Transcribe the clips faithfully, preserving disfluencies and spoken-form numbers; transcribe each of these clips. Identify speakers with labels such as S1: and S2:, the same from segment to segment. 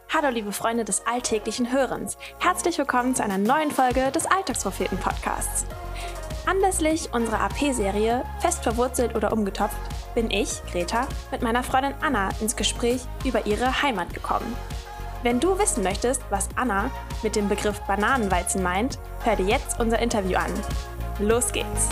S1: Hallo liebe Freunde des alltäglichen Hörens. Herzlich willkommen zu einer neuen Folge des Alltagspropheten-Podcasts. Anlässlich unserer A P-Serie Fest verwurzelt oder umgetopft bin ich, Greta, mit meiner Freundin Anna ins Gespräch über ihre Heimat gekommen. Wenn du wissen möchtest, was Anna mit dem Begriff Bananenweizen meint, hör dir jetzt unser Interview an. Los geht's!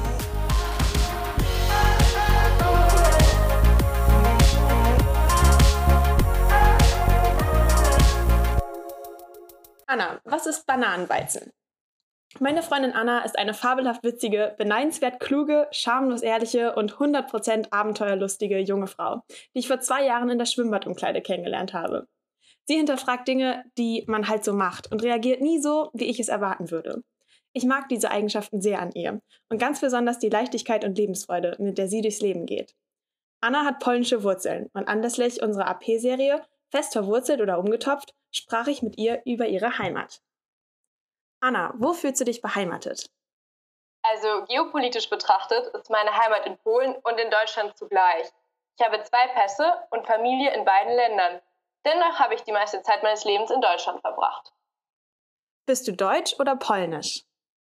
S1: Anna, was ist Bananenweizen? Meine Freundin Anna ist eine fabelhaft witzige, beneidenswert kluge, schamlos ehrliche und hundert Prozent abenteuerlustige junge Frau, die ich vor zwei Jahren in der Schwimmbadumkleide kennengelernt habe. Sie hinterfragt Dinge, die man halt so macht und reagiert nie so, wie ich es erwarten würde. Ich mag diese Eigenschaften sehr an ihr und ganz besonders die Leichtigkeit und Lebensfreude, mit der sie durchs Leben geht. Anna hat polnische Wurzeln und anlässlich unserer A P-Serie Fest verwurzelt oder umgetopft sprach ich mit ihr über ihre Heimat. Anna, wo fühlst du dich beheimatet?
S2: Also geopolitisch betrachtet ist meine Heimat in Polen und in Deutschland zugleich. Ich habe zwei Pässe und Familie in beiden Ländern. Dennoch habe ich die meiste Zeit meines Lebens in Deutschland verbracht.
S1: Bist du deutsch oder polnisch?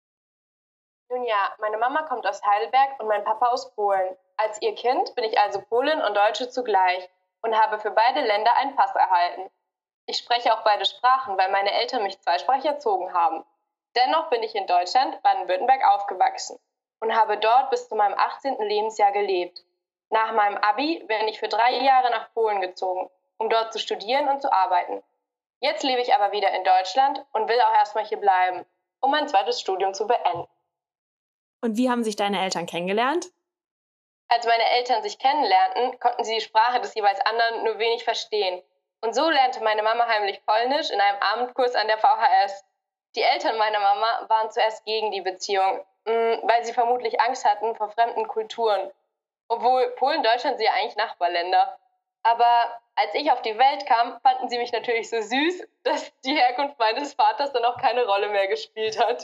S2: Nun ja, meine Mama kommt aus Heidelberg und mein Papa aus Polen. Als ihr Kind bin ich also Polin und Deutsche zugleich und habe für beide Länder einen Pass erhalten. Ich spreche auch beide Sprachen, weil meine Eltern mich zweisprachig erzogen haben. Dennoch bin ich in Deutschland, Baden-Württemberg, aufgewachsen und habe dort bis zu meinem achtzehnten Lebensjahr gelebt. Nach meinem Abi bin ich für drei Jahre nach Polen gezogen, um dort zu studieren und zu arbeiten. Jetzt lebe ich aber wieder in Deutschland und will auch erstmal hier bleiben, um mein zweites Studium zu beenden.
S1: Und wie haben sich deine Eltern kennengelernt?
S2: Als meine Eltern sich kennenlernten, konnten sie die Sprache des jeweils anderen nur wenig verstehen. Und so lernte meine Mama heimlich Polnisch in einem Abendkurs an der V H S. Die Eltern meiner Mama waren zuerst gegen die Beziehung, weil sie vermutlich Angst hatten vor fremden Kulturen. Obwohl Polen und Deutschland sind ja eigentlich Nachbarländer. Aber als ich auf die Welt kam, fanden sie mich natürlich so süß, dass die Herkunft meines Vaters dann auch keine Rolle mehr gespielt hat.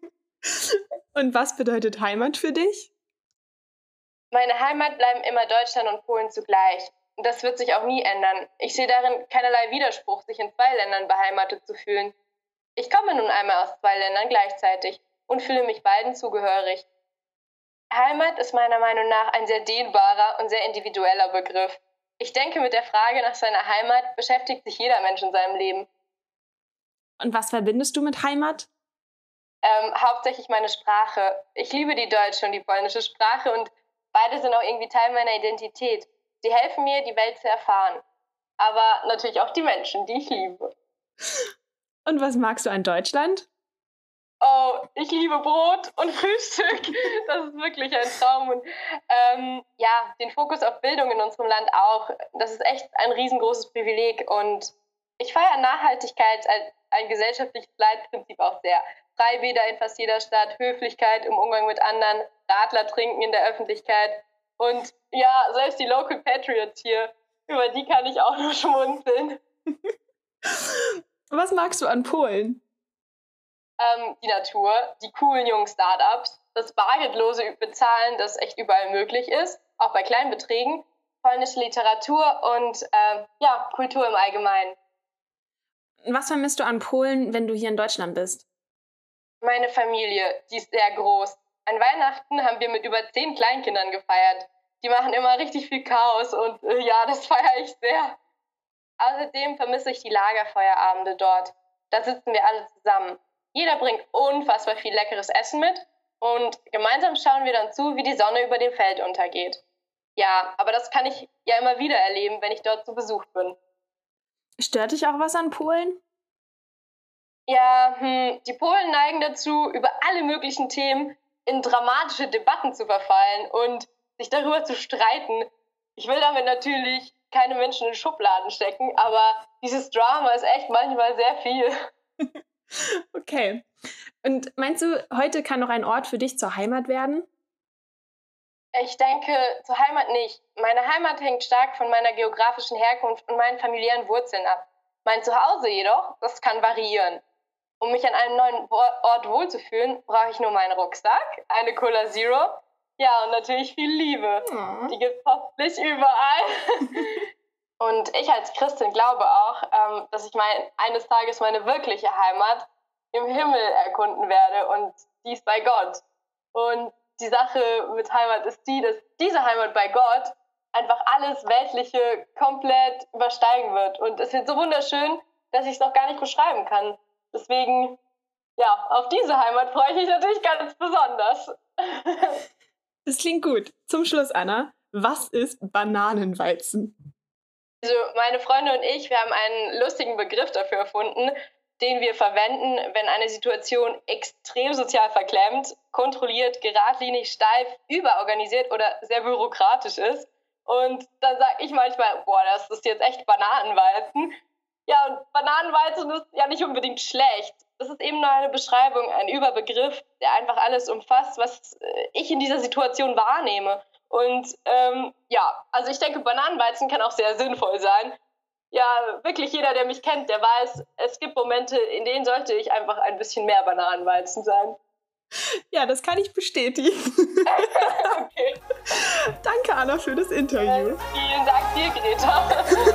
S1: Und was bedeutet Heimat für dich?
S2: Meine Heimat bleiben immer Deutschland und Polen zugleich. Das wird sich auch nie ändern. Ich sehe darin keinerlei Widerspruch, sich in zwei Ländern beheimatet zu fühlen. Ich komme nun einmal aus zwei Ländern gleichzeitig und fühle mich beiden zugehörig. Heimat ist meiner Meinung nach ein sehr dehnbarer und sehr individueller Begriff. Ich denke, mit der Frage nach seiner Heimat beschäftigt sich jeder Mensch in seinem Leben.
S1: Und was verbindest du mit Heimat?
S2: Ähm, hauptsächlich meine Sprache. Ich liebe die deutsche und die polnische Sprache und beide sind auch irgendwie Teil meiner Identität. Sie helfen mir, die Welt zu erfahren. Aber natürlich auch die Menschen, die ich liebe.
S1: Und was magst du an Deutschland?
S2: Oh, ich liebe Brot und Frühstück. Das ist wirklich ein Traum. Und ähm, ja, den Fokus auf Bildung in unserem Land auch. Das ist echt ein riesengroßes Privileg. Und ich feiere Nachhaltigkeit als ein gesellschaftliches Leitprinzip auch sehr. Freibäder in fast jeder Stadt, Höflichkeit im Umgang mit anderen, Radler trinken in der Öffentlichkeit. Und ja, selbst die Local Patriots hier, über die kann ich auch nur schmunzeln.
S1: Was magst du an Polen?
S2: Ähm, die Natur, die coolen jungen Startups, das bargeldlose Bezahlen, das echt überall möglich ist, auch bei kleinen Beträgen, polnische Literatur und äh, ja, Kultur im Allgemeinen.
S1: Was vermisst du an Polen, wenn du hier in Deutschland bist?
S2: Meine Familie, die ist sehr groß. An Weihnachten haben wir mit über zehn Kleinkindern gefeiert. Die machen immer richtig viel Chaos und äh, ja, das feiere ich sehr. Außerdem vermisse ich die Lagerfeuerabende dort. Da sitzen wir alle zusammen. Jeder bringt unfassbar viel leckeres Essen mit und gemeinsam schauen wir dann zu, wie die Sonne über dem Feld untergeht. Ja, aber das kann ich ja immer wieder erleben, wenn ich dort zu Besuch bin.
S1: Stört dich auch was an Polen?
S2: Ja, hm, die Polen neigen dazu, über alle möglichen Themen in dramatische Debatten zu verfallen und sich darüber zu streiten. Ich will damit natürlich keine Menschen in Schubladen stecken, aber dieses Drama ist echt manchmal sehr viel.
S1: Okay. Und meinst du, heute kann noch ein Ort für dich zur Heimat werden?
S2: Ich denke, zur Heimat nicht. Meine Heimat hängt stark von meiner geografischen Herkunft und meinen familiären Wurzeln ab. Mein Zuhause jedoch, das kann variieren. Um mich an einem neuen Ort wohlzufühlen, brauche ich nur meinen Rucksack, eine Cola Zero, ja und natürlich viel Liebe.
S1: Oh.
S2: Die gibt es hoffentlich überall. Und ich als Christin glaube auch, ähm, dass ich mein, eines Tages meine wirkliche Heimat im Himmel erkunden werde und dies bei Gott. Und die Sache mit Heimat ist die, dass diese Heimat bei Gott einfach alles Weltliche komplett übersteigen wird. Und es wird so wunderschön, dass ich es noch gar nicht beschreiben kann. Deswegen, ja, auf diese Heimat freue ich mich natürlich ganz besonders.
S1: Das klingt gut. Zum Schluss, Anna, was ist Bananenweizen?
S2: Also meine Freunde und ich, wir haben einen lustigen Begriff dafür erfunden, den wir verwenden, wenn eine Situation extrem sozial verklemmt, kontrolliert, geradlinig, steif, überorganisiert oder sehr bürokratisch ist. Und dann sage ich manchmal, boah, das ist jetzt echt Bananenweizen. Ja, und Bananenweizen ist ja nicht unbedingt schlecht. Das ist eben nur eine Beschreibung, ein Überbegriff, der einfach alles umfasst, was ich in dieser Situation wahrnehme. Und ähm, ja, also ich denke, Bananenweizen kann auch sehr sinnvoll sein. Ja, wirklich jeder, der mich kennt, der weiß, es gibt Momente, in denen sollte ich einfach ein bisschen mehr Bananenweizen sein.
S1: Ja, das kann ich bestätigen.
S2: Okay.
S1: Danke, Anna, für das Interview.
S2: Äh, vielen Dank dir, Greta.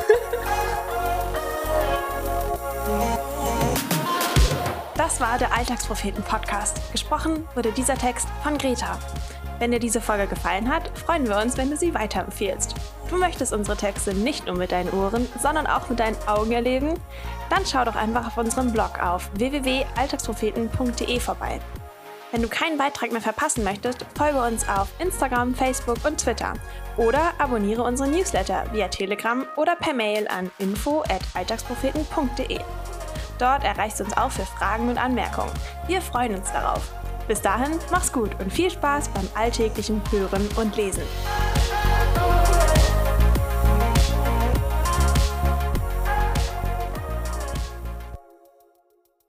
S1: Das war der Alltagspropheten-Podcast. Gesprochen wurde dieser Text von Greta. Wenn dir diese Folge gefallen hat, freuen wir uns, wenn du sie weiterempfiehlst. Du möchtest unsere Texte nicht nur mit deinen Ohren, sondern auch mit deinen Augen erleben? Dann schau doch einfach auf unserem Blog auf w w w punkt alltagspropheten punkt d e vorbei. Wenn du keinen Beitrag mehr verpassen möchtest, folge uns auf Instagram, Facebook und Twitter oder abonniere unsere Newsletter via Telegram oder per Mail an info at alltagspropheten punkt d e. Dort erreichst du uns auch für Fragen und Anmerkungen. Wir freuen uns darauf. Bis dahin, mach's gut und viel Spaß beim alltäglichen Hören und Lesen.